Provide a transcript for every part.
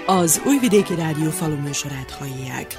Az Újvidéki Rádió faluműsorát hallják.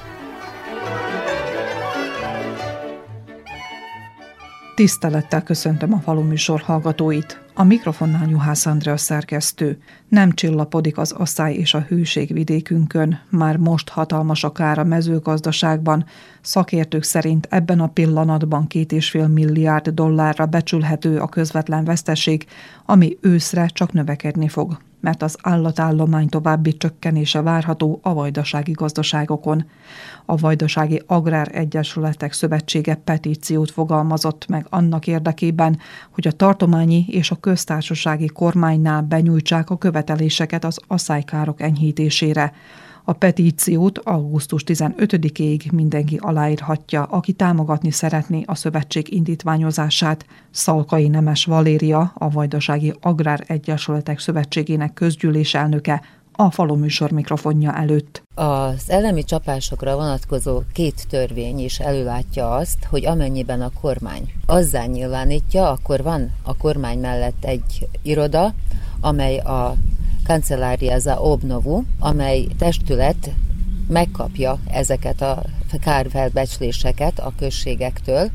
Tisztelettel köszöntöm a faluműsor hallgatóit. A mikrofonnál Juhász Andrea szerkesztő. Nem csillapodik az asszály és a hőség vidékünkön. Már most hatalmas a kár a mezőgazdaságban. Szakértők szerint ebben a pillanatban $2,5 milliárd becsülhető a közvetlen veszteség, ami őszre csak növekedni fog, mert az állatállomány további csökkenése várható a vajdasági gazdaságokon. A Vajdasági Agrár Egyesületek Szövetsége petíciót fogalmazott meg annak érdekében, hogy a tartományi és a köztársasági kormánynál benyújtsák a követeléseket az asszálykárok enyhítésére. A petíciót augusztus 15-ig mindenki aláírhatja, aki támogatni szeretné a szövetség indítványozását. Szalkai Nemes Valéria, a Vajdasági Agrár Egyesületek Szövetségének közgyűlés elnöke, a faluműsor mikrofonja előtt. Az elemi csapásokra vonatkozó 2 törvény is előlátja azt, hogy amennyiben a kormány azzá nyilvánítja, akkor van a kormány mellett egy iroda, amely a Kancelária za obnovu, amely testület megkapja ezeket a kárfelbecsléseket a községektől.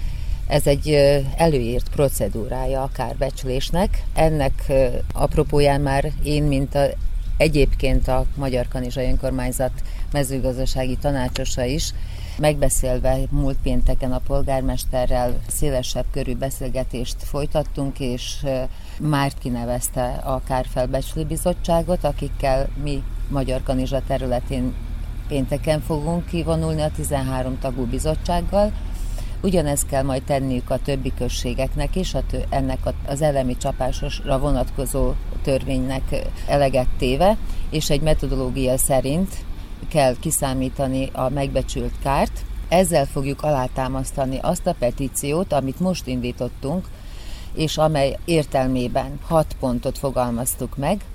Ez egy előírt procedúrája a kárbecslésnek. Ennek apropóján már én, mint egyébként a Magyar Kanizsai Önkormányzat mezőgazdasági tanácsosa is, megbeszélve múlt pénteken a polgármesterrel szélesebb körű beszélgetést folytattunk, és már kinevezte a Kárfelbecslő Bizottságot, akikkel mi Magyar Kanizsa területén pénteken fogunk kivonulni a 13 tagú bizottsággal. Ugyanezt kell majd tenniük a többi községeknek is, ennek az elemi csapásra vonatkozó törvénynek eleget téve, és egy metodológia szerint kell kiszámítani a megbecsült kárt. Ezzel fogjuk alátámasztani azt a petíciót, amit most indítottunk, és amely értelmében 6 pontot fogalmaztuk meg.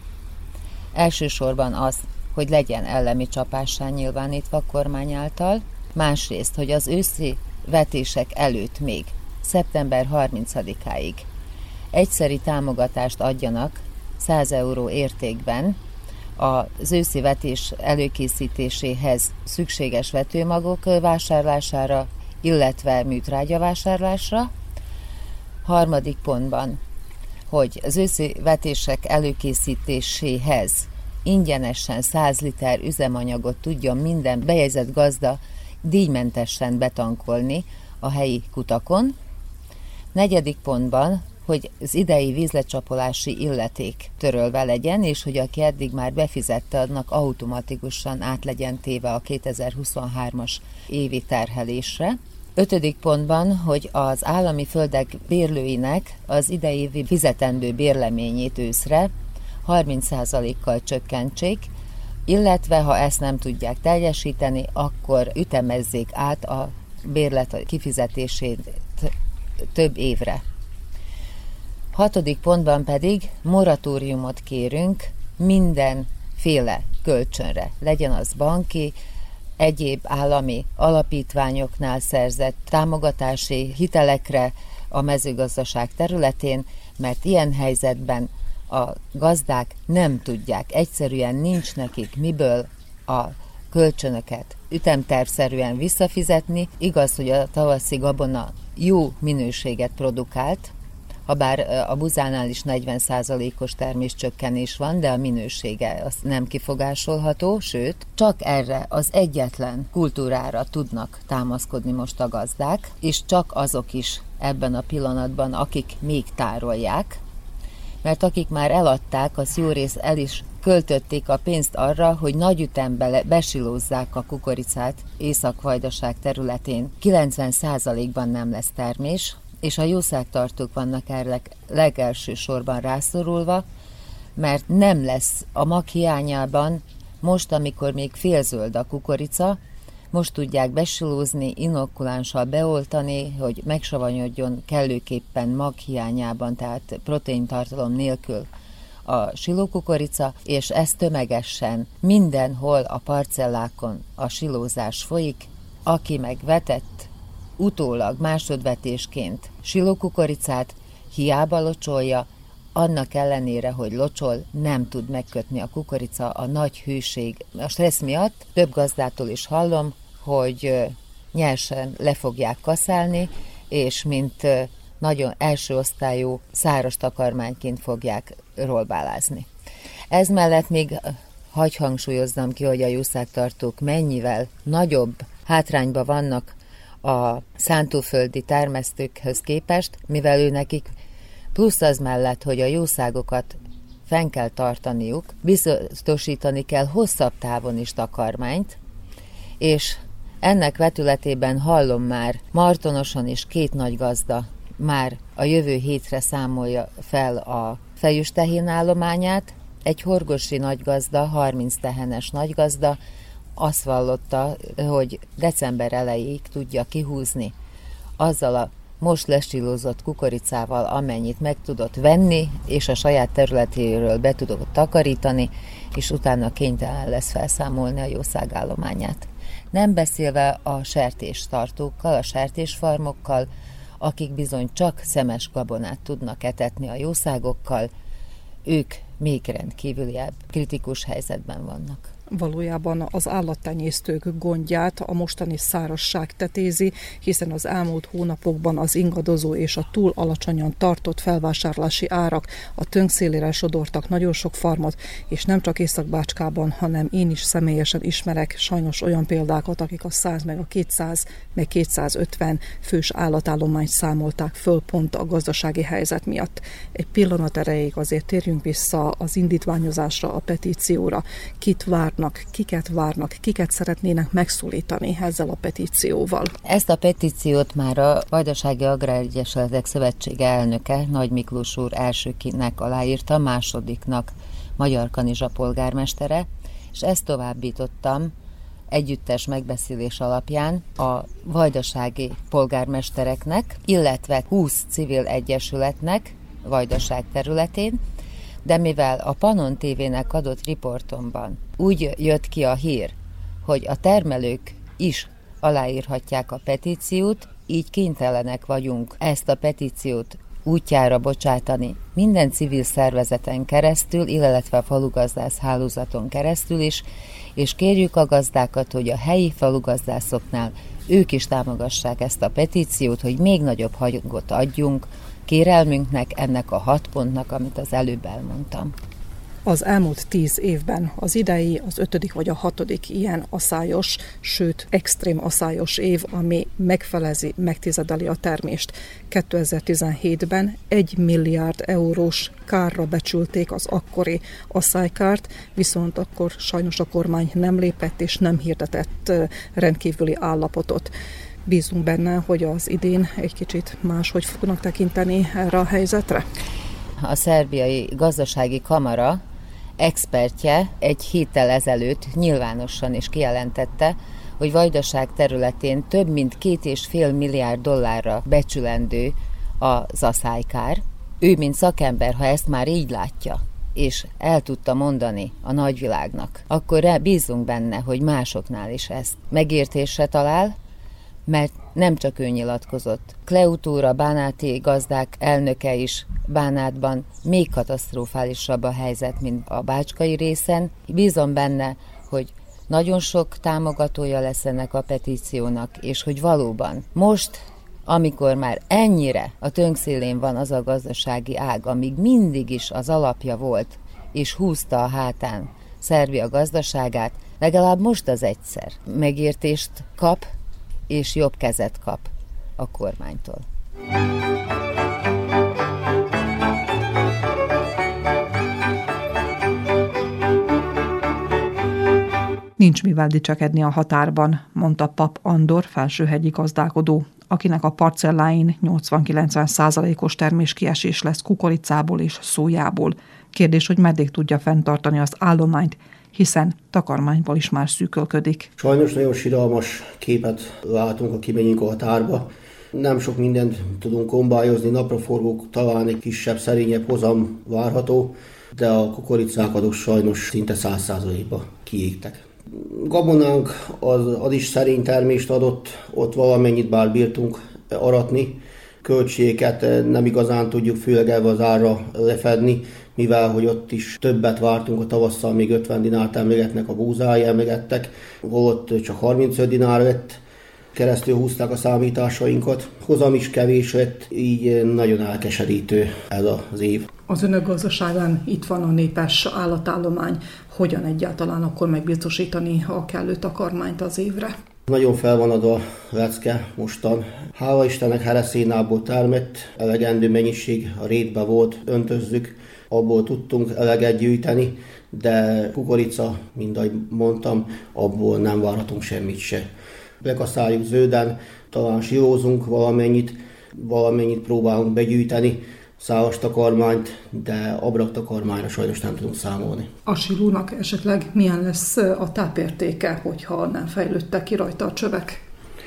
Elsősorban az, hogy legyen elemi csapássá nyilvánítva a kormány által. Másrészt, hogy az őszi vetések előtt még szeptember 30-áig egyszeri támogatást adjanak 100 euró értékben az őszi vetés előkészítéséhez szükséges vetőmagok vásárlására, illetve műtrágya vásárlásra. Harmadik pontban, hogy az őszi vetések előkészítéséhez ingyenesen 100 liter üzemanyagot tudjon minden bejegyzett gazda díjmentesen betankolni a helyi kutakon. Negyedik pontban, hogy az idei vízlecsapolási illeték törölve legyen, és hogy aki eddig már befizette, annak automatikusan át legyen téve a 2023-as évi terhelésre. Ötödik pontban, hogy az állami földek bérlőinek az idei évi fizetendő bérleményét őszre 30%-kal csökkentsék, illetve ha ezt nem tudják teljesíteni, akkor ütemezzék át a bérlet kifizetését több évre. Hatodik pontban pedig moratóriumot kérünk mindenféle kölcsönre, legyen az banki, egyéb állami alapítványoknál szerzett támogatási hitelekre a mezőgazdaság területén, mert ilyen helyzetben a gazdák nem tudják, egyszerűen nincs nekik miből a kölcsönöket ütemtervszerűen visszafizetni. Igaz, hogy a tavaszi gabona jó minőséget produkált, habár a buzánál is 40%-os terméscsökkenés van, de a minősége az nem kifogásolható, sőt, csak erre az egyetlen kultúrára tudnak támaszkodni most a gazdák, és csak azok is ebben a pillanatban, akik még tárolják, mert akik már eladták, az jó rész el is költötték a pénzt arra, hogy nagy ütemben besilózzák a kukoricát Észak-Vajdaság területén. 90%-ban nem lesz termés, és a jószágtartók vannak erre legelső sorban rászorulva, mert nem lesz a mag hiányában, most, amikor még félzöld a kukorica, most tudják besilózni, inokulánssal beoltani, hogy megsavanyodjon kellőképpen mag hiányában, tehát proteintartalom nélkül a silókukorica, és ez tömegesen mindenhol a parcellákon a silózás folyik, aki meg vetett utólag másodvetésként silókukoricát, hiába locsolja, annak ellenére, hogy locsol, nem tud megkötni a kukorica a nagy hőség. A stressz miatt több gazdától is hallom, hogy nyersen le fogják kaszálni, és mint nagyon első osztályú száros takarmányként fogják rolbálázni. Ez mellett még hagy hangsúlyozzam ki, hogy a jószágtartók mennyivel nagyobb hátrányban vannak a szántóföldi termesztőkhöz képest, mivel ő nekik plusz az mellett, hogy a jószágokat fenn kell tartaniuk, biztosítani kell hosszabb távon is takarmányt, és ennek vetületében hallom már Martonoson is 2 nagy gazda már a jövő hétre számolja fel a fejüstehén állományát. Egy horgosi nagygazda, 30 tehenes nagygazda azt vallotta, hogy december elejéig tudja kihúzni azzal a most lestilózott kukoricával, amennyit meg tudott venni, és a saját területéről be tudott takarítani, és utána kénytelen lesz felszámolni a jószágállományát. Nem beszélve a sertéstartókkal, a sertésfarmokkal, akik bizony csak szemes gabonát tudnak etetni a jószágokkal, ők még rendkívüliebb kritikus helyzetben vannak. Valójában az állattenyésztők gondját a mostani szárazság tetézi, hiszen az elmúlt hónapokban az ingadozó és a túl alacsonyan tartott felvásárlási árak a tönk szélére sodortak nagyon sok farmot, és nem csak Észak-Bácskában, hanem én is személyesen ismerek sajnos olyan példákat, akik a 100 meg a 200 meg 250 fős állatállományt számolták föl pont a gazdasági helyzet miatt. Egy pillanat erejéig azért térjünk vissza az indítványozásra, a petícióra. Kiket várnak, kiket szeretnének megszólítani ezzel a petícióval? Ezt a petíciót már a Vajdasági Agráregyesületek Szövetsége elnöke, Nagy Miklós úr elsőkinek aláírta, másodiknak Magyar Kanizsa polgármestere, és ezt továbbítottam együttes megbeszélés alapján a vajdasági polgármestereknek, illetve 20 civil egyesületnek Vajdaság területén, de mivel a Pannon TV-nek adott riportomban úgy jött ki a hír, hogy a termelők is aláírhatják a petíciót, így kénytelenek vagyunk ezt a petíciót útjára bocsátani minden civil szervezeten keresztül, illetve a falugazdász hálózaton keresztül is, és kérjük a gazdákat, hogy a helyi falugazdászoknál ők is támogassák ezt a petíciót, hogy még nagyobb hangot adjunk kérelmünknek, ennek a 6 pontnak, amit az előbb elmondtam. Az elmúlt 10 évben az idei az 5. vagy a 6. ilyen aszályos, sőt extrém aszályos év, ami megfelezi, megtizedeli a termést. 2017-ben 1 milliárd eurós kárra becsülték az akkori aszálykárt, viszont akkor sajnos a kormány nem lépett és nem hirdetett rendkívüli állapotot. Bízunk benne, hogy az idén egy kicsit máshogy fognak tekinteni erre a helyzetre? A szerbiai gazdasági kamara expertje egy héttel ezelőtt nyilvánosan is kijelentette, hogy Vajdaság területén több mint 2,5 milliárd dollárra becsülendő az aszálykár. Ő, mint szakember, ha ezt már így látja, és el tudta mondani a nagyvilágnak, akkor bízunk benne, hogy másoknál is ezt megértésre talál, mert nem csak ő nyilatkozott. Kleutúr, a bánáti gazdák elnöke is Bánátban még katasztrofálisabb a helyzet, mint a bácskai részen. Bízom benne, hogy nagyon sok támogatója lesz ennek a petíciónak, és hogy valóban most, amikor már ennyire a tönkszélén van az a gazdasági ág, amíg mindig is az alapja volt, és húzta a hátán Szerbia gazdaságát, legalább most az egyszer megértést kap, és jobb kezet kap a kormánytól. Nincs mivel dicsekedni a határban, mondta Pap Andor felsőhegyi gazdálkodó, akinek a parcelláin 80-90%-os terméskiesés lesz kukoricából és szójából. Kérdés, hogy meddig tudja fenntartani az állományt, hiszen takarmányból is már szűkölködik. Sajnos nagyon siralmas képet látunk, ha kimegyünk a határba. Nem sok mindent tudunk kombályozni, napraforgók, talán egy kisebb, szerényebb hozam várható, de a kukoricák sajnos szinte 100%-ba kiégtek. Gabonánk az is szerény termést adott, ott valamennyit bár bírtunk aratni, költségeket nem igazán tudjuk főleg elve az árra lefedni, mivel hogy ott is többet vártunk a tavasszal, még 50 dinárt emlegetnek, a búzái emlegettek, holott csak 35 dinár lett, keresztül húzták a számításainkat. Hozam is kevés lett, így nagyon elkeserítő ez az év. Az önök gazdaságán itt van a népes állatállomány. Hogyan egyáltalán akkor megbiztosítani a kellő takarmányt az évre? Nagyon fel van adva a lecke mostan. Hála Istennek hereszénából termett, elegendő mennyiség a rétbe volt, öntözzük, abból tudtunk eleget gyűjteni, de kukorica, mint ahogy mondtam, abból nem várhatunk semmit se. Bekaszáljuk zölden, talán sirózunk valamennyit próbálunk begyűjteni, szálas takarmányt, de abraktakarmányra sajnos nem tudunk számolni. A sirónak esetleg milyen lesz a tápértéke, hogyha nem fejlődtek ki rajta a csövek?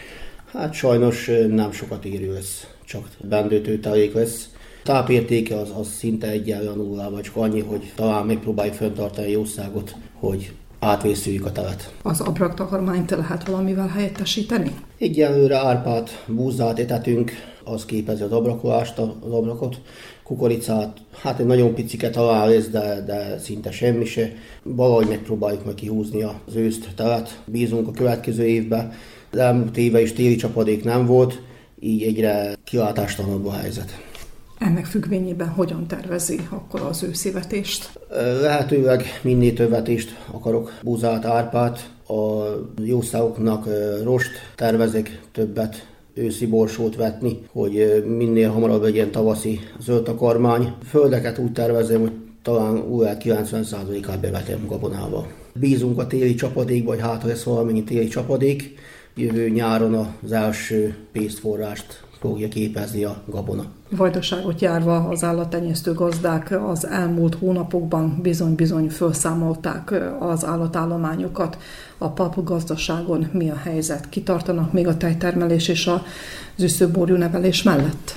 Hát sajnos nem sokat érő lesz, csak bendőtőtelék lesz. Tápértéke az szinte egyenlő a nullával, csak annyi, hogy talán megpróbáljuk fenntartani a jószágot, hogy átvészüljük a telet. Az abraktakarmányt lehet valamivel helyettesíteni? Egyelőre árpát, búzát etetünk, az képezi az abrakolást, az abrakot. Kukoricát, hát egy nagyon piciket talán lesz, de szinte semmi se. Valahogy megpróbáljuk meg kihúzni az őszt, telet. Bízunk a következő évben. Az elmúlt éve is téli csapadék nem volt, így egyre kilátástalanabb a helyzet. Ennek függvényében hogyan tervezi akkor az őszivetést? Lehetőleg minél több vetést akarok, búzát, árpát. A jószágoknak rost tervezek többet, őszi borsót vetni, hogy minél hamarabb legyen tavaszi zöld takarmány. Földeket úgy tervezem, hogy talán úgy 90%-át bevetem gabonával. Bízunk a téli csapadékba, hogy hát lesz valamennyi téli csapadék. Jövő nyáron az első pénzforrást fogja képezni a gabona. Vajdaságot járva az állattenyésztő gazdák az elmúlt hónapokban bizony-bizony felszámolták az állatállományokat. A papgazdaságon mi a helyzet? Kitartanak még a tejtermelés és az üszőborjú nevelés mellett?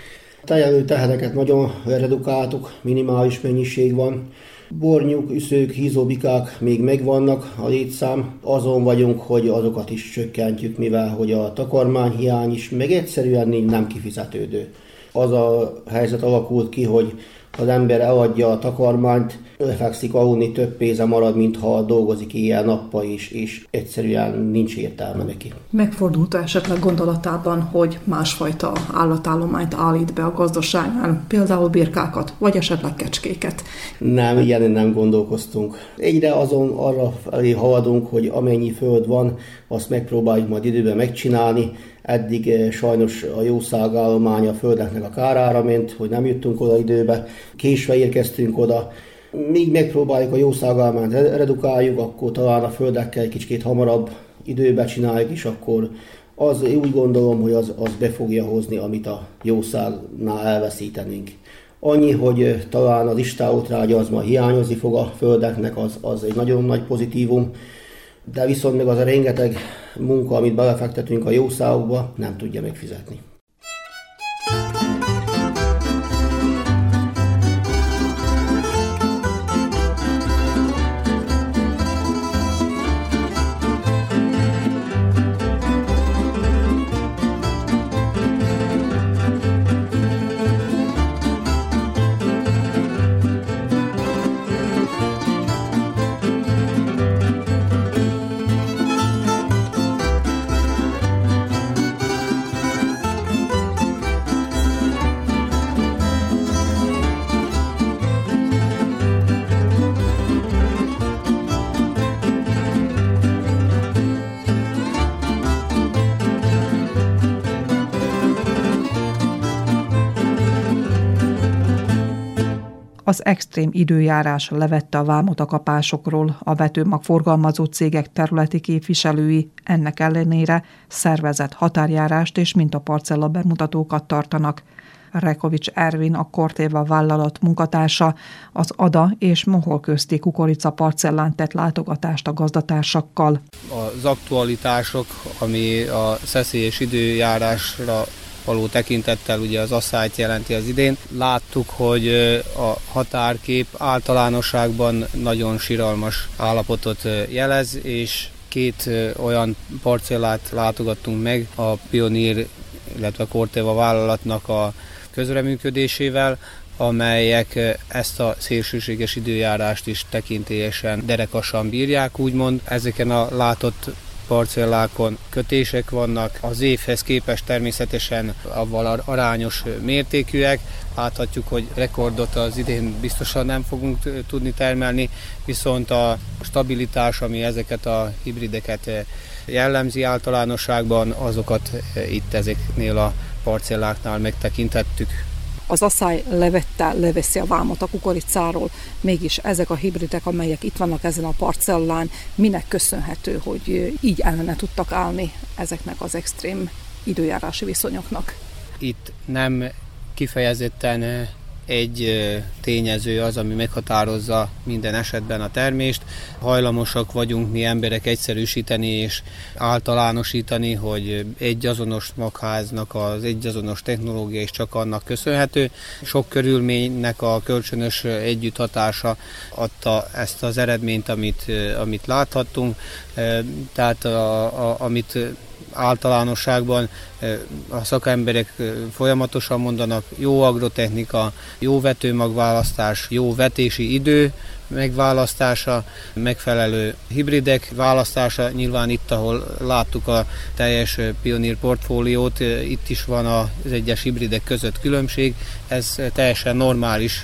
Tejelő teheneket nagyon redukáltuk, minimális mennyiség van. Bornyuk, üszők, hízóbikák még megvannak a létszám. Azon vagyunk, hogy azokat is csökkentjük, mivel hogy a takarmányhiány is meg egyszerűen nem kifizetődő. Az a helyzet alakult ki, hogy az ember eladja a takarmányt, lefekszik aludni, több pénze marad, mintha dolgozik éjjel-nappal is, és egyszerűen nincs értelme neki. Megfordult esetleg gondolatában, hogy másfajta állatállományt állít be a gazdaságán, például birkákat, vagy esetleg kecskéket? Nem, ilyen nem gondolkoztunk. Egyre arra felé haladunk, hogy amennyi föld van, azt megpróbáljuk majd időben megcsinálni. Eddig sajnos a jószágállomány a földeknek a kárára ment, hogy nem juttunk oda időbe, késve érkeztünk oda. Míg megpróbáljuk a jószágállományt redukáljuk, akkor talán a földekkel egy kicsit hamarabb időbe csináljuk, és akkor az úgy gondolom, hogy az be fogja hozni, amit a jószágnál elveszítenénk. Annyi, hogy talán az istállótrágya az ma hiányozni fog a földeknek, az egy nagyon nagy pozitívum, de viszont meg az a rengeteg munka, amit belefektetünk a jószágokba, nem tudja megfizetni. Az extrém időjárás levette a vámot a kapásokról, a vetőmag forgalmazó cégek területi képviselői ennek ellenére szervezett határjárást és mintaparcella bemutatókat tartanak. Rekovics Ervin, a Corteva vállalat munkatársa, az Ada és Mohol közti kukoricaparcellán tett látogatást a gazdatársakkal. Az aktualitások, ami a szeszélyes időjárásra való tekintettel ugye az asszályt jelenti az idén. Láttuk, hogy a határkép általánosságban nagyon siralmas állapotot jelez, és két olyan parcellát látogattunk meg, a Pionír illetve a Corteva vállalatnak a közreműködésével, amelyek ezt a szélsőséges időjárást is tekintélyesen derekasan bírják, úgymond. Ezeken a látott parcellákon kötések vannak, az évhez képest természetesen avval arányos mértékűek. Láthatjuk, hogy rekordot az idén biztosan nem fogunk tudni termelni, viszont a stabilitás, ami ezeket a hibrideket jellemzi általánosságban, azokat itt ezeknél a parcelláknál megtekintettük. Az asszály leveszi a vámot a kukoricáról, mégis ezek a hibridek, amelyek itt vannak ezen a parcellán, minek köszönhető, hogy így ellene tudtak állni ezeknek az extrém időjárási viszonyoknak? Itt nem kifejezetten egy tényező az, ami meghatározza minden esetben a termést. Hajlamosak vagyunk mi emberek egyszerűsíteni és általánosítani, hogy egy azonos magháznak az egy azonos technológia is csak annak köszönhető. Sok körülménynek a kölcsönös együtthatása adta ezt az eredményt, amit láthattunk. Tehát amit általánosságban a szakemberek folyamatosan mondanak, jó agrotechnika, jó vetőmagválasztás, jó vetési idő megválasztása, megfelelő hibridek választása. Nyilván itt, ahol láttuk a teljes Pioneer portfóliót, itt is van az egyes hibridek között különbség. Ez teljesen normális,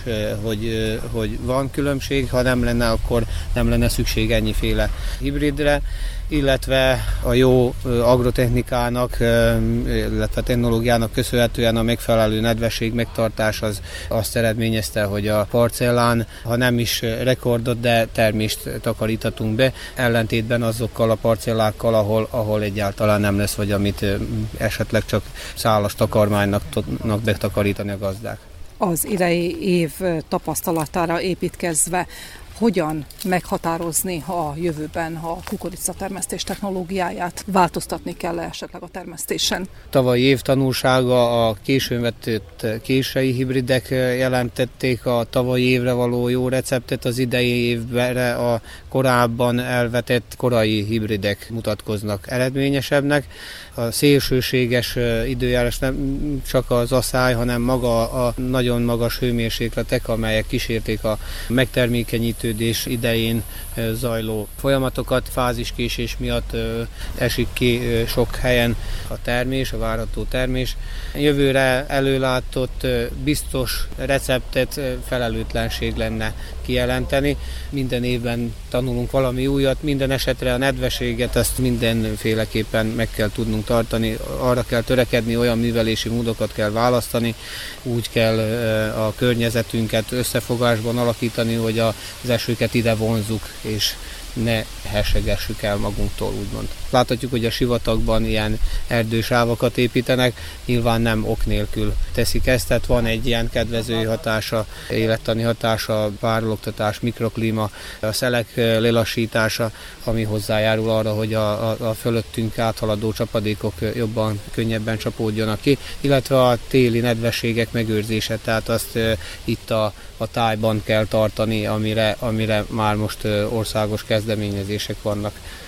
hogy van különbség, ha nem lenne, akkor nem lenne szükség ennyiféle hibridre, illetve a jó agrotechnikának, illetve technológiának köszönhetően a megfelelő nedvesség megtartás az azt eredményezte, hogy a parcellán, ha nem is rekordot, de termést takaríthatunk be, ellentétben azokkal a parcellákkal, ahol egyáltalán nem lesz, vagy amit esetleg csak szálas takarmánynak tudnak betakarítani a gazdák. Az idei év tapasztalatára építkezve hogyan meghatározni a jövőben a kukoricatermesztés technológiáját? Változtatni kell esetleg a termesztésen? Tavalyi év tanulsága a későn vetett késői hibridek jelentették a tavalyi évre való jó receptet, az idei évre a korábban elvetett korai hibridek mutatkoznak eredményesebbnek. A szélsőséges időjárás nem csak az asszály, hanem maga a nagyon magas hőmérsékletek, amelyek kísérték a megtermékenyítődés idején zajló folyamatokat. Fáziskésés miatt esik ki sok helyen a termés, a várható termés. Jövőre előlátott biztos receptet felelőtlenség lenne kijelenteni. Minden évben tanulunk valami újat, minden esetre a nedveséget ezt mindenféleképpen meg kell tudnunk tartani, arra kell törekedni, olyan művelési módokat kell választani, úgy kell a környezetünket összefogásban alakítani, hogy az esőket ide vonzzuk, és ne hessegessük el magunktól, úgymond. Láthatjuk, hogy a sivatagban ilyen erdősávokat építenek, nyilván nem ok nélkül teszik ezt, tehát van egy ilyen kedvező hatása, élettani hatása, párologtatás, mikroklíma, a szelek lelassítása, ami hozzájárul arra, hogy a fölöttünk áthaladó csapadékok jobban, könnyebben csapódjanak ki, illetve a téli nedvességek megőrzése, tehát azt itt a tájban kell tartani, amire már most országos kezdeményezések vannak.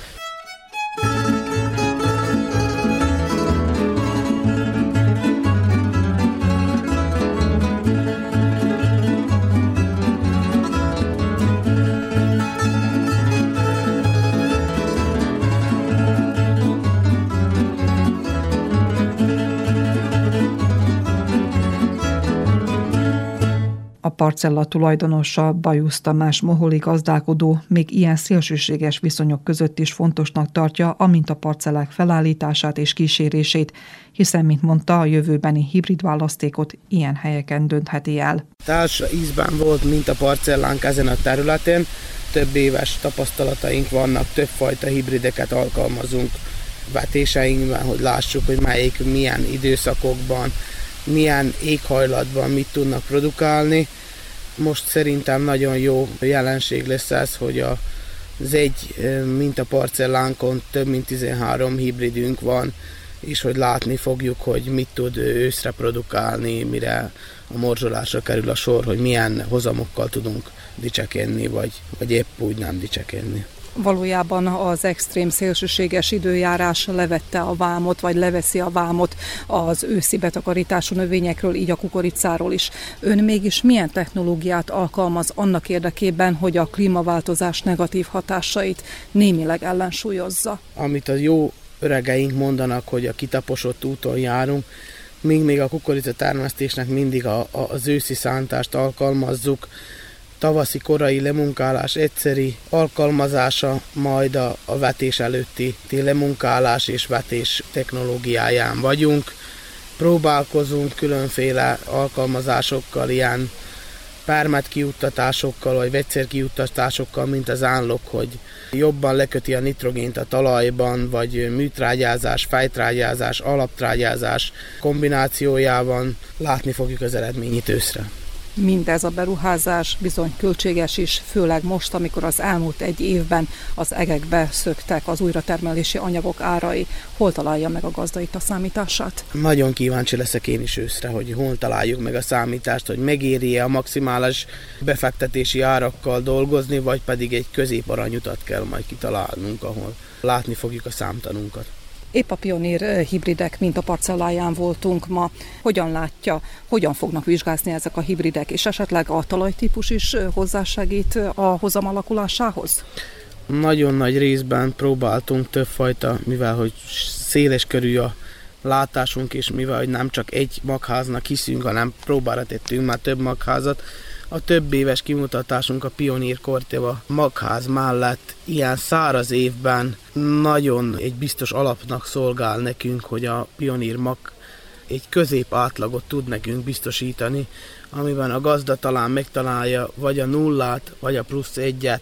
A parcella tulajdonosa, Bajusz Tamás moholi gazdálkodó még ilyen szélsőséges viszonyok között is fontosnak tartja a mintaparcellák felállítását és kísérését, hiszen, mint mondta, a jövőbeni hibrid választékot ilyen helyeken döntheti el. Társ ízben volt mintaparcellánk ezen a területen, több éves tapasztalataink vannak, többfajta hibrideket alkalmazunk vetéseinkben, hogy lássuk, hogy melyik milyen időszakokban, milyen éghajlatban mit tudnak produkálni. Most szerintem nagyon jó jelenség lesz ez, hogy az egy mintaparcellánkon több mint 13 hibridünk van, és hogy látni fogjuk, hogy mit tud őszre produkálni, mire a morzsolásra kerül a sor, hogy milyen hozamokkal tudunk dicsekedni, vagy épp úgy nem dicsekedni. Valójában az extrém szélsőséges időjárás levette a vámot, vagy leveszi a vámot az őszi betakarítású növényekről, így a kukoricáról is. Ön mégis milyen technológiát alkalmaz annak érdekében, hogy a klímaváltozás negatív hatásait némileg ellensúlyozza? Amit a jó öregeink mondanak, hogy a kitaposott úton járunk, még a kukoricatermesztésnek mindig az őszi szántást alkalmazzuk, tavaszi korai lemunkálás egyszeri alkalmazása, majd a vetés előtti lemunkálás és vetés technológiáján vagyunk. Próbálkozunk különféle alkalmazásokkal, ilyen permetkiuttatásokkal vagy vegyszerkiuttatásokkal, mint az ánlok, hogy jobban leköti a nitrogént a talajban, vagy műtrágyázás, fejtrágyázás, alaptrágyázás kombinációjában látni fogjuk az eredményét őszre. Mindez a beruházás bizony költséges is, főleg most, amikor az elmúlt egy évben az egekbe szöktek az újratermelési anyagok árai. Hol találja meg a gazda itt a számítását? Nagyon kíváncsi leszek én is őszre, hogy hol találjuk meg a számítást, hogy megéri-e a maximális befektetési árakkal dolgozni, vagy pedig egy középaranyutat kell majd kitalálnunk, ahol látni fogjuk a számtanunkat. Épp a Pioneer hibridek mintaparcelláján voltunk ma. Hogyan látja, hogyan fognak vizsgázni ezek a hibridek, és esetleg a talajtípus is hozzásegít a hozam alakulásához? Nagyon nagy részben próbáltunk többfajta, mivel hogy széles körű a látásunk, és mivel hogy nem csak egy magháznak hiszünk, hanem próbára tettünk már több magházat, a több éves kimutatásunk a Pioneer Corteva magház mellett ilyen száraz évben nagyon egy biztos alapnak szolgál nekünk, hogy a Pioneer mag egy közép átlagot tud nekünk biztosítani, amiben a gazda talán megtalálja vagy a nullát, vagy a plusz egyet,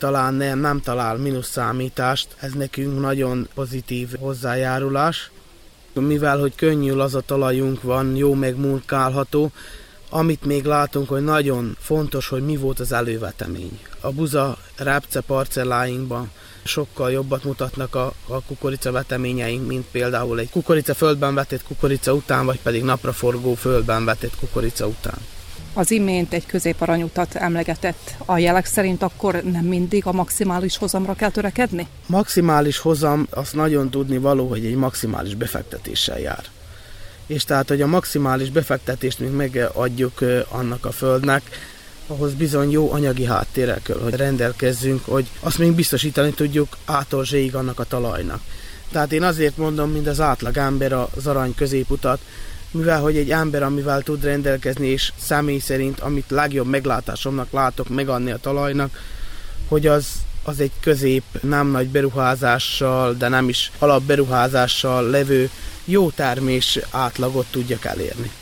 nem talál mínusz számítást. Ez nekünk nagyon pozitív hozzájárulás. Mivel hogy könnyű laza talajunk van, jó megmunkálható, amit még látunk, hogy nagyon fontos, hogy mi volt az elővetemény. A buza repce parcelláinkban sokkal jobbat mutatnak a kukoricaveteményeink, mint például egy kukorica földben vetett kukorica után, vagy pedig napraforgó földben vetett kukorica után. Az imént egy középaranyutat emlegetett. A jelek szerint akkor nem mindig a maximális hozamra kell törekedni? Maximális hozam, azt nagyon tudni való, hogy egy maximális befektetéssel jár. És tehát, hogy a maximális befektetést még megadjuk annak a földnek, ahhoz bizony jó anyagi háttérrel kell, hogy rendelkezzünk, hogy azt még biztosítani tudjuk A-tól Z-ig annak a talajnak. Tehát én azért mondom, mint az átlag ember az arany középutat, mivel hogy egy ember, amivel tud rendelkezni, és személy szerint, amit legjobb meglátásomnak látok megadni a talajnak, hogy az egy közép, nem nagy beruházással, de nem is alapberuházással levő jó termés átlagot tudjak elérni.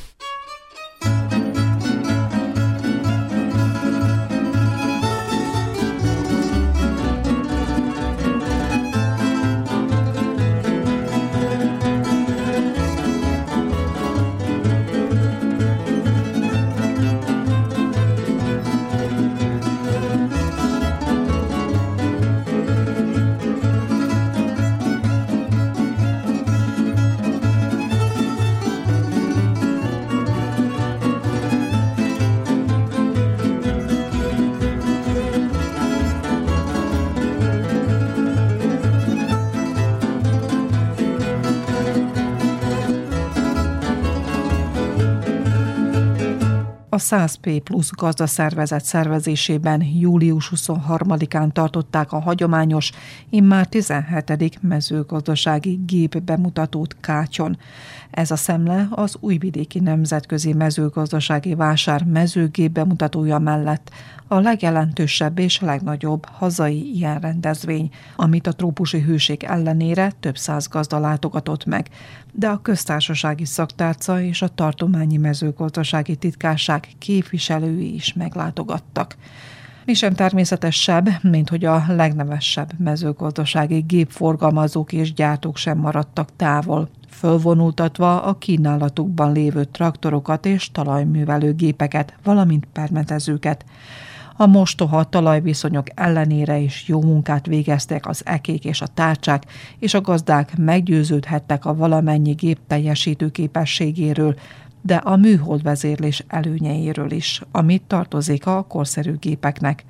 A 100P Plus gazdaszervezet szervezésében július 23-án tartották a hagyományos, immár 17. mezőgazdasági gép bemutatót Kácson. Ez a szemle az Újvidéki Nemzetközi Mezőgazdasági Vásár mezőgép bemutatója mellett a legjelentősebb és legnagyobb hazai ilyen rendezvény, amit a trópusi hőség ellenére több száz gazda látogatott meg, de a köztársasági szaktárca és a tartományi mezőgazdasági titkárság képviselői is meglátogattak. Mi sem természetesebb, mint hogy a legnevesebb mezőgazdasági gépforgalmazók és gyártók sem maradtak távol, fölvonultatva a kínálatukban lévő traktorokat és talajművelő gépeket, valamint permetezőket. A mostoha talajviszonyok ellenére is jó munkát végeztek az ekék és a tárcsák, és a gazdák meggyőződhettek a valamennyi gép teljesítő képességéről, de a műholdvezérlés előnyeiről is, amit tartozik a korszerű gépeknek.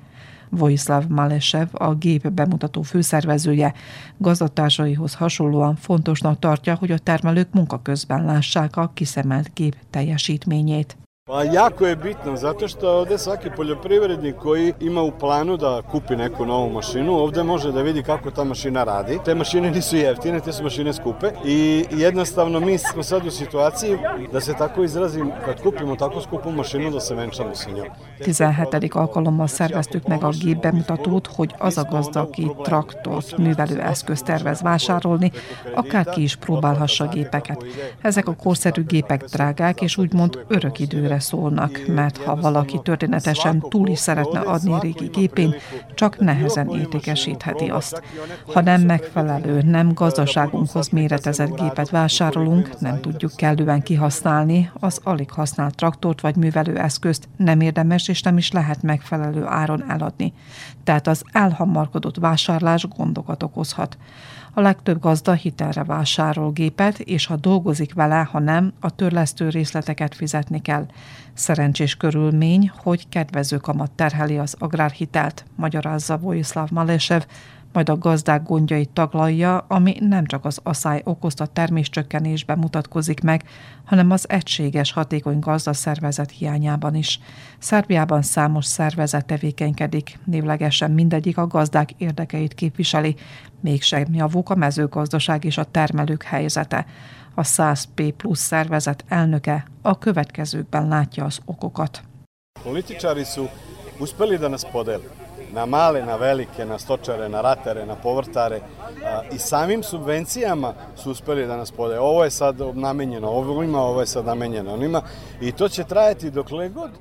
Vojislav Malesev, a gép bemutató főszervezője, gazdatársaihoz hasonlóan fontosnak tartja, hogy a termelők munka közben lássák a kiszemelt gép teljesítményét. Pa jako je bitno, zato što ovde svaki poljoprivrednik koji ima u planu da kupi neku novu mašinu, ovde može da vidi kako ta mašina radi. Te mašine nisu jeftine, te su mašine skupe i jednostavno mi smo sad u situaciji, da se tako izrazim, kad kupimo tako skupu mašinu, da se venčamo sa njom. 17. alkalommal szerveztük meg a gép bemutatót, hogy az a gazda, aki traktort, művelőeszközt tervez vásárolni, akár ki is próbálhassa gépeket. Ezek a korszerű gépek drágák, és úgymond örök időre szólnak, mert ha valaki történetesen túl is szeretne adni régi gépén, csak nehezen értékesítheti azt. Ha nem megfelelő, nem gazdaságunkhoz méretezett gépet vásárolunk, nem tudjuk kellően kihasználni, az alig használt traktort vagy művelőeszközt nem érdemes és nem is lehet megfelelő áron eladni. Tehát az elhamarkodott vásárlás gondokat okozhat. A legtöbb gazda hitelre vásárol gépet, és ha dolgozik vele, ha nem, a törlesztő részleteket fizetni kell. Szerencsés körülmény, hogy kedvező kamat terheli az agrárhitelt, magyarázza Vojislav Malesev, majd a gazdák gondjait taglalja, ami nem csak az aszály okozta terméscsökkenésben mutatkozik meg, hanem az egységes, hatékony gazdaszervezet hiányában is. Szerbiában számos szervezet tevékenykedik, névlegesen mindegyik a gazdák érdekeit képviseli, mégsem javuk a mezőgazdaság és a termelők helyzete. A 100P plusz szervezet elnöke a következőkben látja az okokat. Političari su uspeli da nas podele. Na male, na velike, na stočare, na ratare, na povrtare i samim subvencijama su uspeli da nas podele. Ovo je sad namenjeno ovima, ovo je sad namenjeno onima i to će trajati dokle god.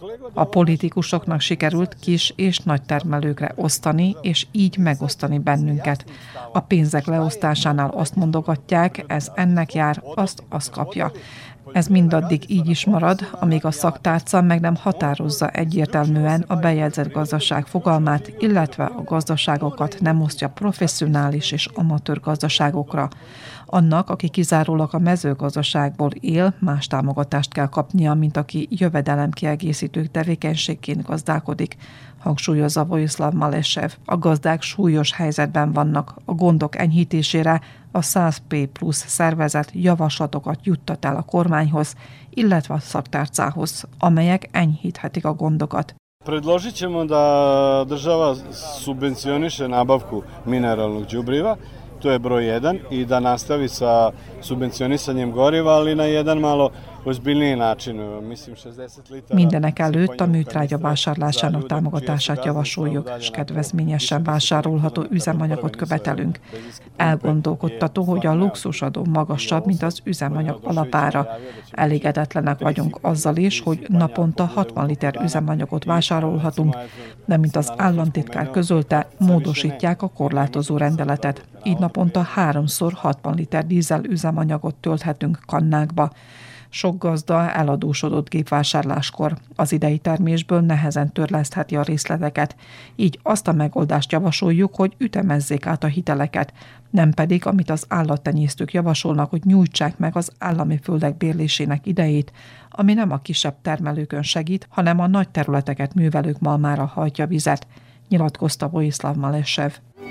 A politikusoknak sikerült kis és nagy termelőkre osztani, és így megosztani bennünket. A pénzek leosztásánál azt mondogatják, ez ennek jár, azt kapja. Ez mindaddig így is marad, amíg a szaktárca meg nem határozza egyértelműen a bejegyzett gazdaság fogalmát, illetve a gazdaságokat nem osztja professzionális és amatőr gazdaságokra. Annak, aki kizárólag a mezőgazdaságból él, más támogatást kell kapnia, mint aki jövedelemkiegészítő tevékenységként gazdálkodik, hangsúlyozza Vojislav Malesev. A gazdák súlyos helyzetben vannak. A gondok enyhítésére a 100P plusz szervezet javaslatokat juttat el a kormányhoz, illetve a szaktárcához, amelyek enyhíthetik a gondokat. Predložit ćemo da država subvencioniše nabavku mineralnog đubriva, to je broj 1, i da nastavi sa subvencionisanjem goriva, ali na jedan malo ozbiljniji način. Mislim 60 litara. Mindenek előtt a műtrágya vásárlásának támogatását javasoljuk, és kedvezményesen vásárolható üzemanyagot követelünk. Elgondolkodtató, hogy a luxusadó magasabb, mint az üzemanyag alapára. Elégedetlenek vagyunk azzal is, hogy naponta 60 liter üzemanyagot vásárolhatunk, de mint az államtitkár közölte, módosítják a korlátozó rendeletet. Így naponta 3-szor 60 liter dízel üzemanyagot tölthetünk kannákba. Sok gazda eladósodott gépvásárláskor. Az idei termésből nehezen törlesztheti a részleteket. Így azt a megoldást javasoljuk, hogy ütemezzék át a hiteleket, nem pedig, amit az állattenyésztők javasolnak, hogy nyújtsák meg az állami földek bérlésének idejét, ami nem a kisebb termelőkön segít, hanem a nagy területeket művelők malmára hajtja vizet, nyilatkozta Vojislav Malesev.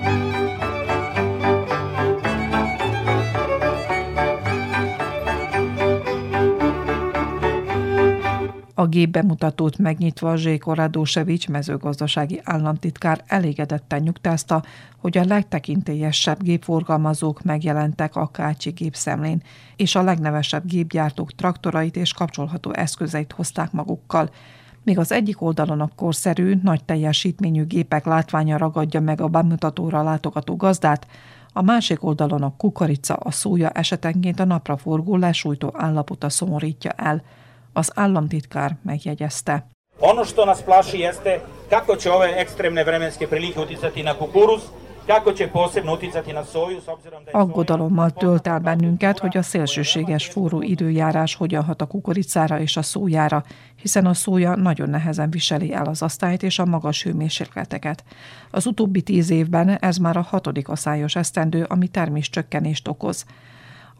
A gépbemutatót megnyitva Zséko Radosevics mezőgazdasági államtitkár elégedetten nyugtázta, hogy a legtekintélyesebb gépforgalmazók megjelentek a Kácsi gépszemlén, és a legnevesebb gépgyártók traktorait és kapcsolható eszközeit hozták magukkal. Míg az egyik oldalon a korszerű, nagy teljesítményű gépek látványa ragadja meg a bemutatóra látogató gazdát, a másik oldalon a kukorica, a szója esetenként a napraforgó lesújtó állapota szomorítja el. Az államtitkár megjegyezte. Ono što nas plaši jeste kako će ove ekstremne vremenske prilike uticati na kukuruz, kako će posebno uticati na soju s obzirom da Aggodalommal tölt el bennünket, hogy a szélsőséges forró időjárás hogyan hat a kukoricára és a szójára, hiszen a szója nagyon nehezen viseli el az asztályt és a magas hőmérsékleteket. Az utóbbi 10 évben ez már a 6. aszályos esztendő, ami terméscsökkenést okoz.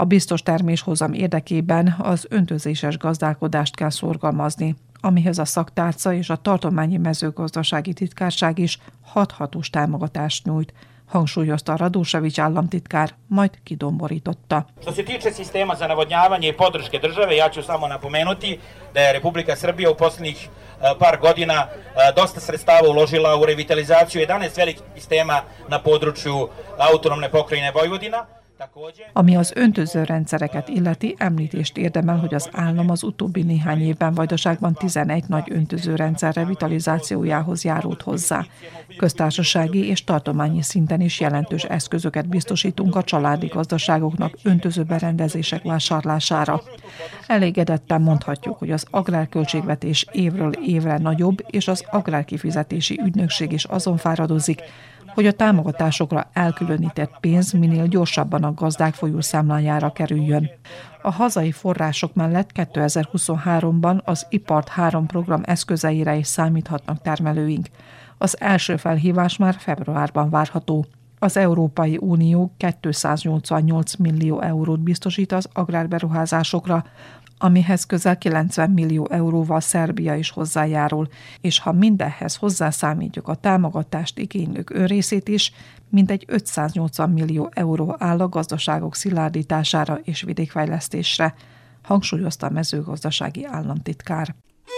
A biztos terméshozam érdekében az öntözéses gazdálkodást kell szorgalmazni, amihez a szaktárca és a tartományi mezőgazdasági titkárság is hathatós támogatást nyújt, hangsúlyozta Radošević államtitkár, majd kidomborította. Što se tiče sistema za navodnjavanje i podrške države, ja ću samo napomenuti da je Republika Srbija u posljednjih par godina dosta sredstava uložila u revitalizaciju 11 velikih sistema na području autonomne pokrajine Vojvodina. Ami az öntöző rendszereket illeti, említést érdemel, hogy az állam az utóbbi néhány évben Vajdaságban 11 nagy öntözőrendszer revitalizációjához járult hozzá. Köztársasági és tartományi szinten is jelentős eszközöket biztosítunk a családi gazdaságoknak öntöző berendezések vásárlására. Elégedetten mondhatjuk, hogy az agrárköltségvetés évről évre nagyobb, és az agrárkifizetési ügynökség is azon fáradozik, hogy a támogatásokra elkülönített pénz minél gyorsabban a gazdák folyószámlájára kerüljön. A hazai források mellett 2023-ban az IPART 3 program eszközeire is számíthatnak termelőink. Az első felhívás már februárban várható. Az Európai Unió 288 millió eurót biztosít az agrárberuházásokra, amihez közel 90 millió euróval Szerbia is hozzájárul, és ha mindenhez hozzászámítjuk a támogatást igénylők önrészét is, mintegy 580 millió euró áll a gazdaságok szilárdítására és vidékfejlesztésre, hangsúlyozta a mezőgazdasági államtitkár.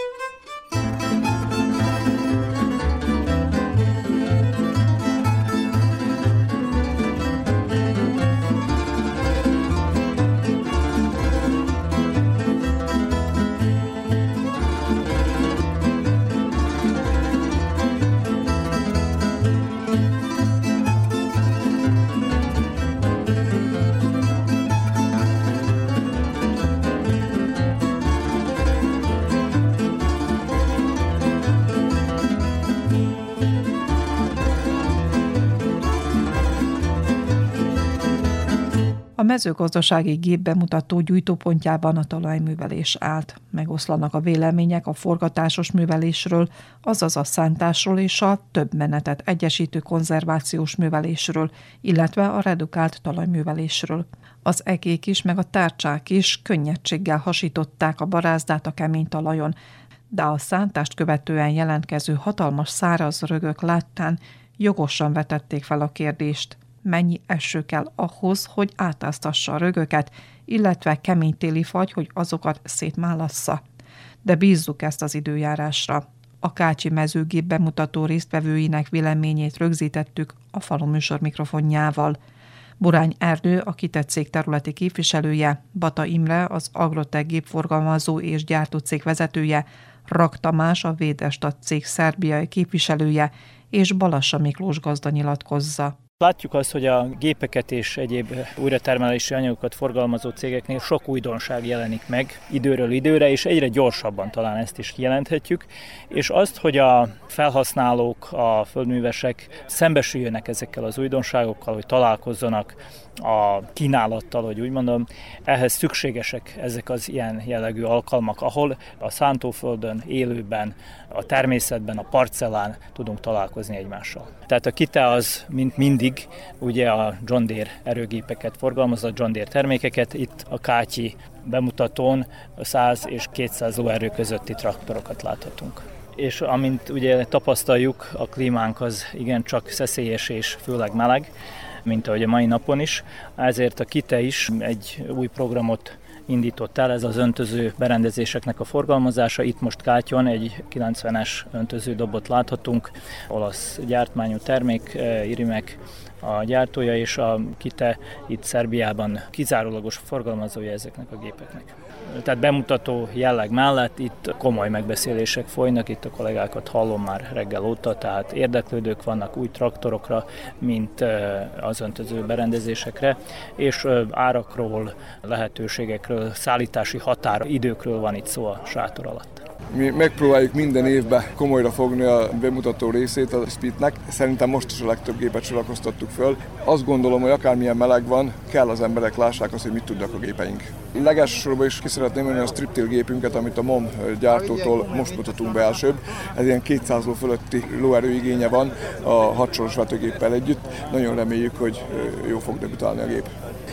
A mezőgazdasági gépbemutató gyújtópontjában a talajművelés állt. Megoszlanak a vélemények a forgatásos művelésről, azaz a szántásról és a több menetet egyesítő konzervációs művelésről, illetve a redukált talajművelésről. Az egék is, meg a tárcsák is könnyedséggel hasították a barázdát a kemény talajon, de a szántást követően jelentkező hatalmas száraz rögök láttán jogosan vetették fel a kérdést. Mennyi eső kell ahhoz, hogy átáztassa a rögöket, illetve kemény téli fagy, hogy azokat szétmálassza. De bízzuk ezt az időjárásra. A Kácsi mezőgép bemutató résztvevőinek véleményét rögzítettük a faluműsor mikrofonjával. Burány Erdő, a kitett cég területi képviselője, Bata Imre, az Agrotech gépforgalmazó és gyártó cég vezetője, Rak Tamás, a Védestat cég szerbiai képviselője, és Balassa Miklós gazda nyilatkozza. Látjuk azt, hogy a gépeket és egyéb újratermelési anyagokat forgalmazó cégeknél sok újdonság jelenik meg időről időre, és egyre gyorsabban talán ezt is kijelenthetjük, és azt, hogy a felhasználók, a földművesek szembesüljönek ezekkel az újdonságokkal, hogy találkozzanak a kínálattal, hogy úgy mondom, ehhez szükségesek ezek az ilyen jellegű alkalmak, ahol a szántóföldön, élőben, a természetben, a parcellán tudunk találkozni egymással. Tehát a KITE az, mint mindig, ugye a John Deere erőgépeket forgalmaz, a John Deere termékeket. Itt a Kácsi bemutatón 100 és 200 lóerő közötti traktorokat láthatunk. És amint ugye tapasztaljuk, a klímánk az igencsak szeszélyes és főleg meleg, mint ahogy a mai napon is. Ezért a KITE is egy új programot indított el, ez az öntöző berendezéseknek a forgalmazása. Itt most Kátyón egy 90-es öntöződobot láthatunk, olasz gyártmányú termék, Irimek a gyártója, és a KITE itt Szerbiában kizárólagos forgalmazója ezeknek a gépeknek. Tehát bemutató jelleg mellett itt komoly megbeszélések folynak, itt a kollégákat hallom már reggel óta, tehát érdeklődők vannak új traktorokra, mint az öntöző berendezésekre, és árakról, lehetőségekről, szállítási határidőkről van itt szó a sátor alatt. Mi megpróbáljuk minden évben komolyra fogni a bemutató részét a SPIT-nek. Szerintem most is a legtöbb gépet sorakoztattuk föl. Azt gondolom, hogy akármilyen meleg van, kell az emberek lássák azt, hogy mit tudnak a gépeink. Legelsősorban is ki szeretném mondani a Striptil gépünket, amit a MOM gyártótól most mutatunk be elsőbb. Ez ilyen 200 ló fölötti lóerőigénye van a 6 soros vetőgéppel együtt. Nagyon reméljük, hogy jó fog debütálni a gép.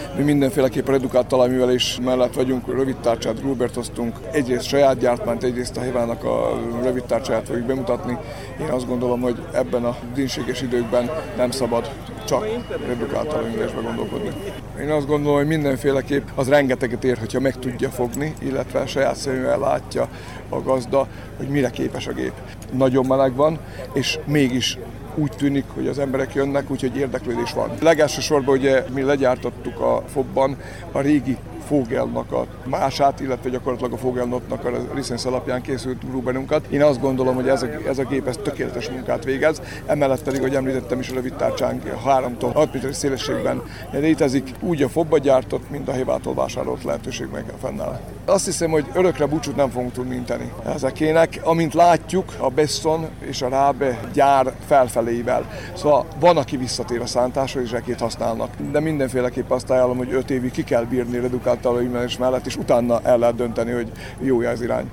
Mi mindenféleképp redukált talajművelés mellett vagyunk, rövid tárcsát, Grubert hoztunk, egyrészt saját gyártmányt, egyrészt a Hevának a rövid tárcsáját fogjuk bemutatni. Én azt gondolom, hogy ebben a dínséges időkben nem szabad csak redukált talajművelésbe gondolkodni. Én azt gondolom, hogy mindenféleképp az rengeteget ér, hogyha meg tudja fogni, illetve saját szemével látja a gazda, hogy mire képes a gép. Nagyon meleg van, és mégis úgy tűnik, hogy az emberek jönnek, úgyhogy érdeklődés van. Legelsősorban ugye mi legyártottuk a FOB-ban a régi Vogelnak a mását, illetve gyakorlatilag a Vogelnotnak a licensz alapján készült Gruberunkat. Én azt gondolom, hogy ez a gép tökéletes munkát végez, emellett pedig, ahogy említettem is, a rövid tárcsánk 3 ton 6 méteres szélességben létezik, úgy a FOB-ba gyártott, mint a Hevától vásárolt lehetőség meg fennáll. Azt hiszem, hogy örökre búcsút nem fogunk tudni inteni ezekének, amint látjuk a Besson és a Rabe gyár felfelével. Szóval van, aki visszatér a szántásra és zsekét használnak, de mindenféleképp azt ajánlom, hogy 5 évig ki kell bírni redukált talajművelés mellett, és utána el lehet dönteni, hogy jó az irány.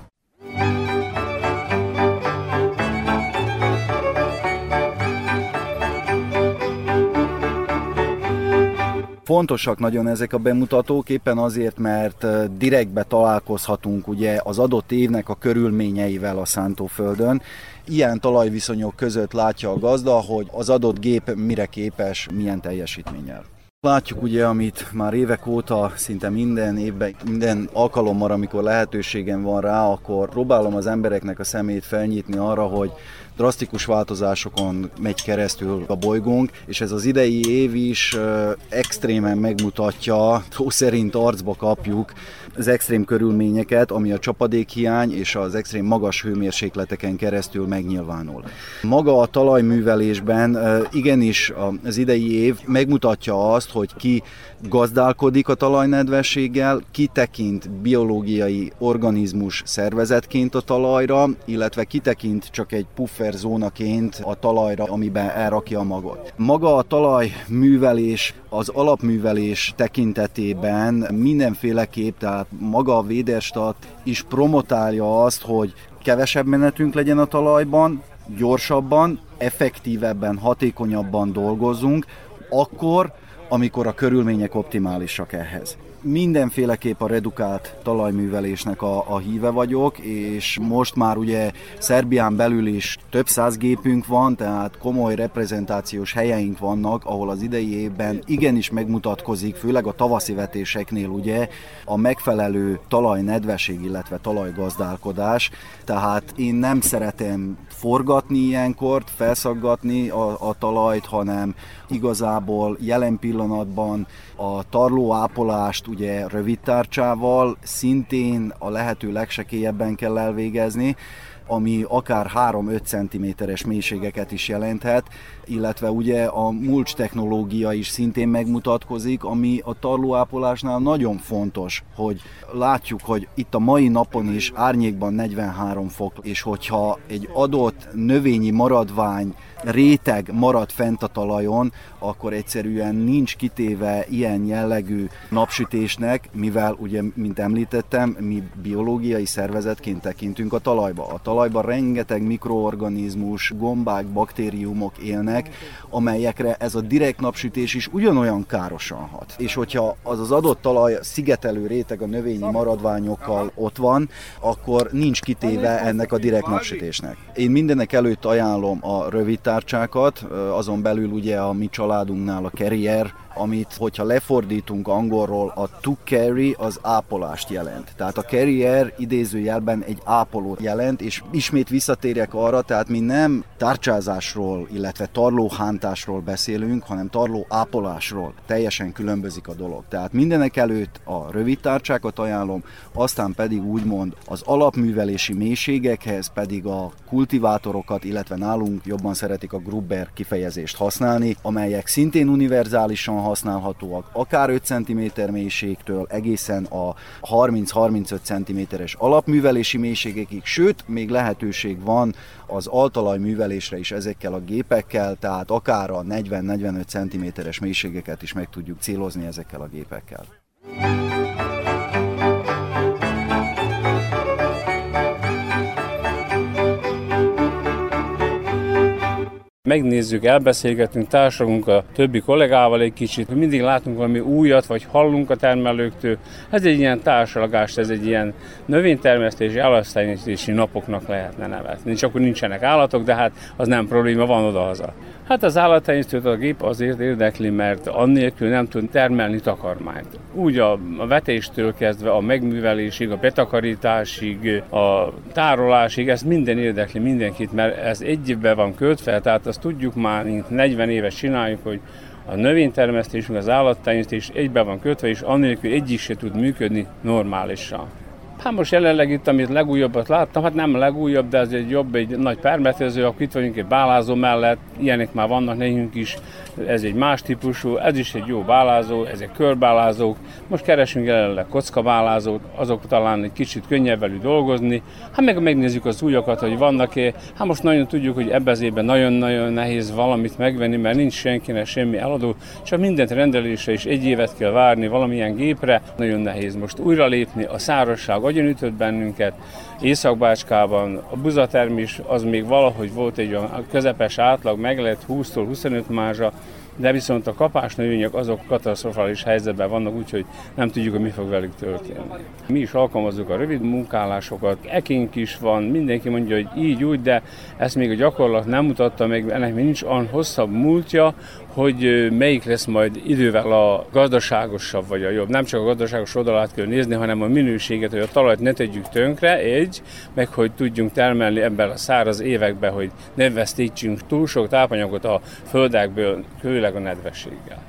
Fontosak nagyon ezek a bemutatók, éppen azért, mert direktbe találkozhatunk ugye az adott évnek a körülményeivel a szántóföldön. Ilyen talajviszonyok között látja a gazda, hogy az adott gép mire képes, milyen teljesítménnyel. Látjuk ugye, amit már évek óta szinte minden évben, minden alkalommal, amikor lehetőségem van rá, akkor próbálom az embereknek a szemét felnyitni arra, hogy drasztikus változásokon megy keresztül a bolygónk, és ez az idei év is extrémen megmutatja, szó szerint arcba kapjuk az extrém körülményeket, ami a csapadékhiány és az extrém magas hőmérsékleteken keresztül megnyilvánul. Maga a talajművelésben igenis az idei év megmutatja azt, hogy ki gazdálkodik a talajnedvességgel, ki tekint biológiai organizmus szervezetként a talajra, illetve ki tekint csak egy pufferzónaként a talajra, amiben elrakja a magot. Maga a talajművelés, az alapművelés tekintetében mindenféleképp, tehát maga a Véderstat is promotálja azt, hogy kevesebb menetünk legyen a talajban, gyorsabban, effektívebben, hatékonyabban dolgozzunk, akkor, amikor a körülmények optimálisak ehhez. Mindenféleképp a redukált talajművelésnek a híve vagyok, és most már ugye Szerbián belül is több száz gépünk van, tehát komoly reprezentációs helyeink vannak, ahol az idei évben igenis megmutatkozik, főleg a tavaszi vetéseknél ugye a megfelelő talajnedvesség, illetve talajgazdálkodás. Tehát én nem szeretem forgatni ilyenkor, felszaggatni a talajt, hanem igazából jelen pillanatban a tarlóápolást ugye rövid tárcsával szintén a lehető legsekélyebben kell elvégezni, ami akár 3-5 cm-es mélységeket is jelenthet, illetve ugye a mulch technológia is szintén megmutatkozik, ami a tarlóápolásnál nagyon fontos, hogy látjuk, hogy itt a mai napon is árnyékban 43 fok, és hogyha egy adott növényi maradvány réteg marad fent a talajon, akkor egyszerűen nincs kitéve ilyen jellegű napsütésnek, mivel ugye, mint említettem, mi biológiai szervezetként tekintünk a talajba. A talajban rengeteg mikroorganizmus, gombák, baktériumok élnek, amelyekre ez a direkt napsütés is ugyanolyan károsan hat. És hogyha az adott talaj szigetelő réteg a növényi maradványokkal ott van, akkor nincs kitéve ennek a direkt napsütésnek. Én mindenek előtt ajánlom a rövid tárcsákat, azon belül ugye a mi családunknál a Carrier, amit, hogyha lefordítunk angolról, a to carry az ápolást jelent. Tehát a Carrier idézőjelben egy ápolót jelent, és ismét visszatérjek arra, tehát mi nem tárcsázásról, illetve tarlóhántásról beszélünk, hanem tarlóápolásról. Teljesen különbözik a dolog. Tehát mindenek előtt a rövid tárcsákat ajánlom, aztán pedig úgymond az alapművelési mélységekhez pedig a kultivátorokat, illetve nálunk jobban szeretik a Gruber kifejezést használni, amelyek szintén univerzálisan használhatóak, akár 5 cm mélységtől egészen a 30-35 cm-es alapművelési mélységekig, sőt, még lehetőség van az altalaj művelésre is ezekkel a gépekkel, tehát akár a 40-45 cm-es mélységeket is meg tudjuk célozni ezekkel a gépekkel. Megnézzük, elbeszélgetünk, társadalunk a többi kollégával egy kicsit, mindig látunk valami újat, vagy hallunk a termelőktől. Ez egy ilyen társalgás, ez egy ilyen növénytermesztési, állattenyésztési napoknak lehetne nevezni. Csak akkor nincsenek állatok, de hát az nem probléma, van odahaza. Hát az állattenyésztőt a gép azért érdekli, mert annélkül nem tud termelni takarmányt. Úgy a vetéstől kezdve a megművelésig, a betakarításig, a tárolásig, ez minden érdekli mindenkit, mert ez egy évben van kötve, tehát azt tudjuk már, 40 éves csináljuk, hogy a növénytermesztés, az állattenyésztés egyben van kötve, és annélkül egyik se tud működni normálisan. Hát most jelenleg itt, amit legújabbat láttam, hát nem a legújabb, de ez egy jobb, egy nagy permetező, akkor itt vagyunk egy bálázó mellett, ilyenek már vannak nekünk is, ez egy más típusú, ez is egy jó bálázó, ezek körbálázók, most keresünk jelenleg kockabálázót, azok talán egy kicsit könnyebb velük dolgozni, hát megnézzük az újakat, hogy vannak-e, hát most nagyon tudjuk, hogy ebben az évben nagyon-nagyon nehéz valamit megvenni, mert nincs senkinek semmi eladó, csak mindent rendelésre is egy évet kell várni valamilyen gépre, nagyon nehéz most újra lépni, a szárazság agyonütött bennünket, Észak-Bácskában a buzatermés az még valahogy volt egy olyan közepes átlag, meg lehet 20-tól 25 mázsa, de viszont a kapásnövények azok katasztrofális helyzetben vannak, úgyhogy nem tudjuk, hogy mi fog velük történni. Mi is alkalmazzuk a rövid munkálásokat, ekénk is van, mindenki mondja, hogy így úgy, de ezt még a gyakorlat nem mutatta meg, ennek még nincs olyan hosszabb múltja, hogy melyik lesz majd idővel a gazdaságosabb vagy a jobb. Nem csak a gazdaságos oldalát kell nézni, hanem a minőséget, hogy a talajt ne tegyük tönkre, meg hogy tudjunk termelni ebben a száraz években, hogy ne vesztítsünk túl sok tápanyagot a földekből, főleg a nedvességgel.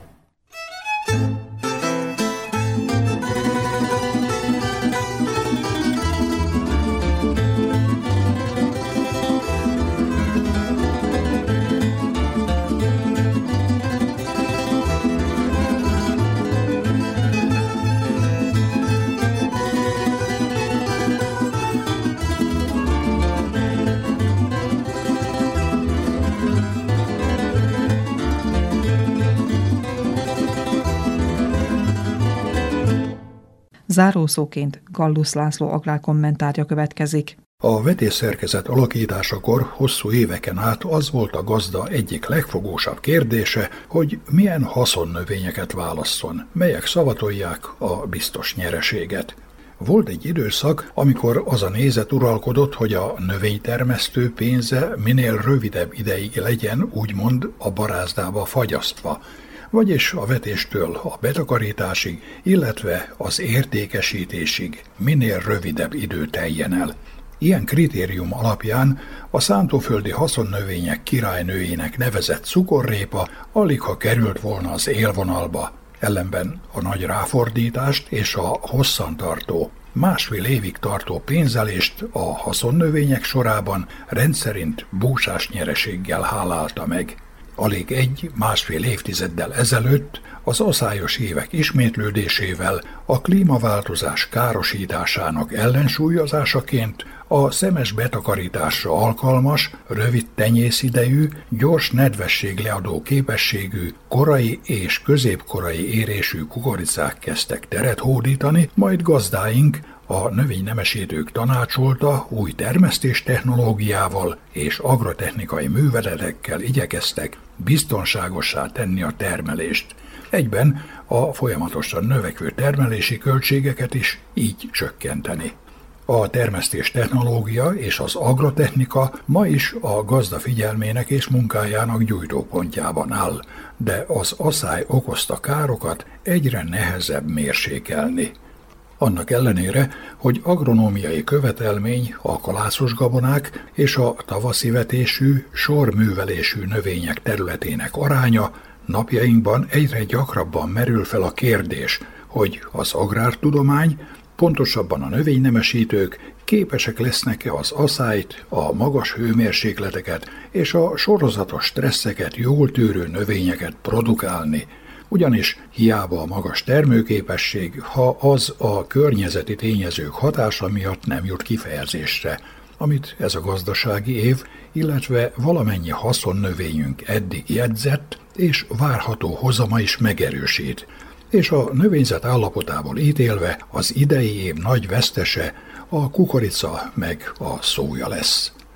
Zárószóként Gallusz László agrárkommentárja következik. A vetészszerkezet alakításakor hosszú éveken át az volt a gazda egyik legfogósabb kérdése, hogy milyen haszonnövényeket válasszon, melyek szavatolják a biztos nyereséget. Volt egy időszak, amikor az a nézet uralkodott, hogy a növénytermesztő pénze minél rövidebb ideig legyen, úgymond a barázdába fagyasztva, vagyis a vetéstől a betakarításig, illetve az értékesítésig minél rövidebb idő teljen el. Ilyen kritérium alapján a szántóföldi haszonnövények királynőjének nevezett cukorrépa aligha került volna az élvonalba, ellenben a nagy ráfordítást és a hosszantartó, másfél évig tartó pénzelést a haszonnövények sorában rendszerint búsás nyereséggel hálálta meg. Alig másfél évtizeddel ezelőtt az aszályos évek ismétlődésével a klímaváltozás károsításának ellensúlyozásaként a szemes betakarításra alkalmas, rövid tenyészidejű, gyors nedvességleadó képességű, korai és középkorai érésű kukoricák kezdtek teret hódítani, majd gazdáink a növénynemesítők tanácsolta új termesztés technológiával és agrotechnikai műveletekkel igyekeztek biztonságossá tenni a termelést. Egyben a folyamatosan növekvő termelési költségeket is így csökkenteni. A termesztés technológia és az agrotechnika ma is a gazda figyelmének és munkájának gyújtópontjában áll, de az aszály okozta károkat egyre nehezebb mérsékelni. Annak ellenére, hogy agronómiai követelmény a kalászos gabonák és a tavaszi vetésű, sorművelésű növények területének aránya, napjainkban egyre gyakrabban merül fel a kérdés, hogy az agrártudomány, pontosabban a növénynemesítők képesek lesznek-e az aszályt, a magas hőmérsékleteket és a sorozatos stresszeket jól tűrő növényeket produkálni, ugyanis hiába a magas termőképesség, ha az a környezeti tényezők hatása miatt nem jut kifejezésre, amit ez a gazdasági év, illetve valamennyi haszonnövényünk eddig jegyzett és várható hozama is megerősít, és a növényzet állapotából ítélve az idei év nagy vesztese a kukorica meg a szója lesz.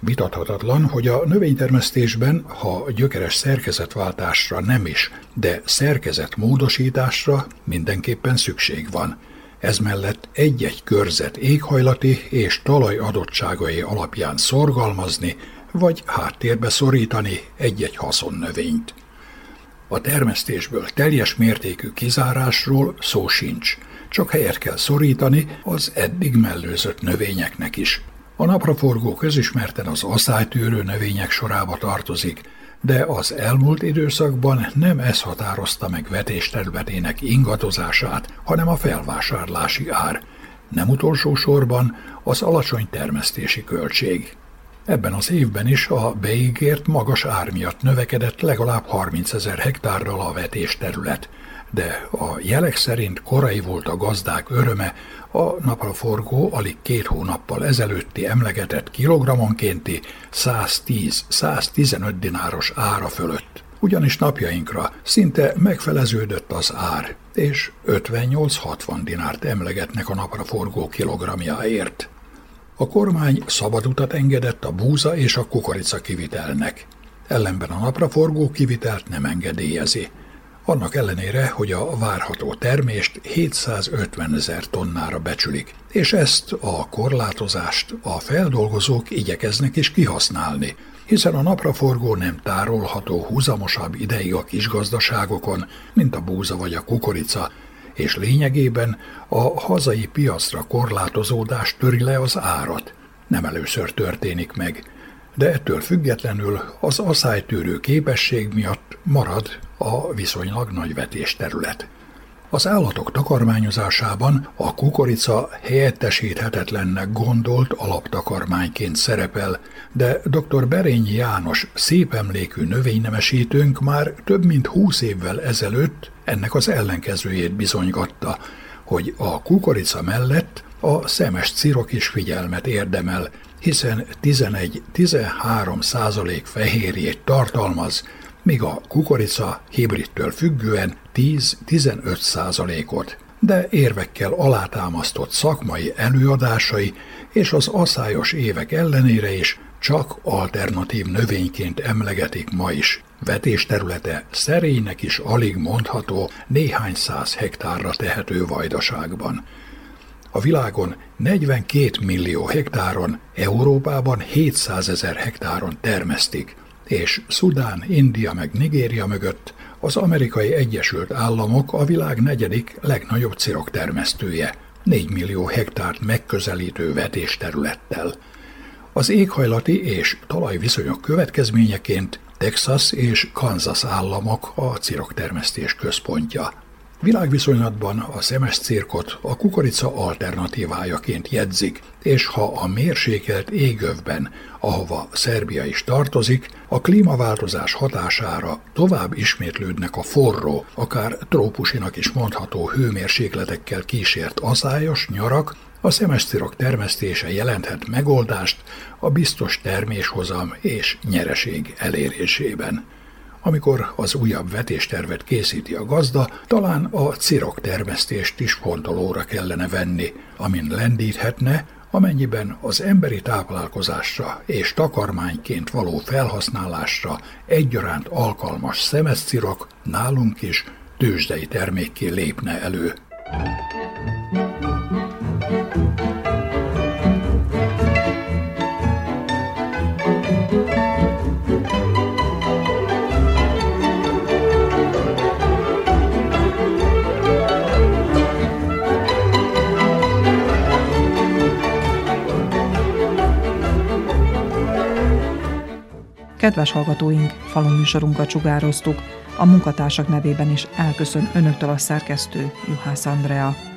Vitathatatlan, hogy a növénytermesztésben, ha gyökeres szerkezetváltásra nem is, de szerkezetmódosításra mindenképpen szükség van. Ez mellett egy-egy körzet éghajlati és talaj adottságai alapján szorgalmazni, vagy háttérbe szorítani egy-egy haszonnövényt. A termesztésből teljes mértékű kizárásról szó sincs, csak helyet kell szorítani az eddig mellőzött növényeknek is. A napraforgó közismerten az aszálytűrő növények sorába tartozik, de az elmúlt időszakban nem ez határozta meg vetésterületének ingadozását, hanem a felvásárlási ár. Nem utolsó sorban az alacsony termesztési költség. Ebben az évben is a beígért magas ár miatt növekedett legalább 30 000 hektárral a vetésterület, de a jelek szerint korai volt a gazdák öröme a napraforgó alig 2 hónappal ezelőtti emlegetett kilogrammonkénti 110-115 dináros ára fölött. Ugyanis napjainkra szinte megfeleződött az ár, és 58-60 dinárt emlegetnek a napraforgó kilogramjáért. A kormány szabad utat engedett a búza és a kukorica kivitelnek. Ellenben a napraforgó kivitelt nem engedélyezi. Annak ellenére, hogy a várható termést 750 000 tonnára becsülik, és ezt a korlátozást a feldolgozók igyekeznek is kihasználni, hiszen a napraforgó nem tárolható húzamosabb ideig a kisgazdaságokon, mint a búza vagy a kukorica, és lényegében a hazai piacra korlátozódás töri le az árat. Nem először történik meg, de ettől függetlenül az aszálytűrő képesség miatt marad a viszonylag nagy vetésterület. Az állatok takarmányozásában a kukorica helyettesíthetetlennek gondolt alaptakarmányként szerepel, de dr. Berényi János szép emlékű növénynemesítőnk már több mint 20 évvel ezelőtt ennek az ellenkezőjét bizonygatta, hogy a kukorica mellett a szemes cirok is figyelmet érdemel, hiszen 11-13% fehérjét tartalmaz, míg a kukorica hibridtől függően 10-15%-ot, de érvekkel alátámasztott szakmai előadásai és az aszályos évek ellenére is csak alternatív növényként emlegetik ma is. Vetésterülete szerénynek is alig mondható néhány 100 hektárra tehető Vajdaságban. A világon 42 millió hektáron, Európában 700 000 hektáron termesztik, és Szudán, India meg Nigéria mögött az Amerikai Egyesült Államok a világ 4. legnagyobb ciroktermesztője, 4 millió hektárt megközelítő vetésterülettel. Az éghajlati és talajviszonyok következményeként Texas és Kansas államok a ciroktermesztés központja. Világviszonylatban a szemes cirkot a kukorica alternatívájaként jegyzik, és ha a mérsékelt égövben, ahova Szerbia is tartozik, a klímaváltozás hatására tovább ismétlődnek a forró, akár trópusinak is mondható hőmérsékletekkel kísért aszályos nyarak, a szemes cirok termesztése jelenthet megoldást a biztos terméshozam és nyereség elérésében. Amikor az újabb vetéstervet készíti a gazda, talán a cirok termesztést is fontolóra kellene venni, amin lendíthetne, amennyiben az emberi táplálkozásra és takarmányként való felhasználásra egyaránt alkalmas szemes cirok nálunk is tőzsdei termékké lépne elő. Kedves hallgatóink, faluműsorunkat sugároztuk. A munkatársak nevében is elköszön önöktől a szerkesztő, Juhász Andrea.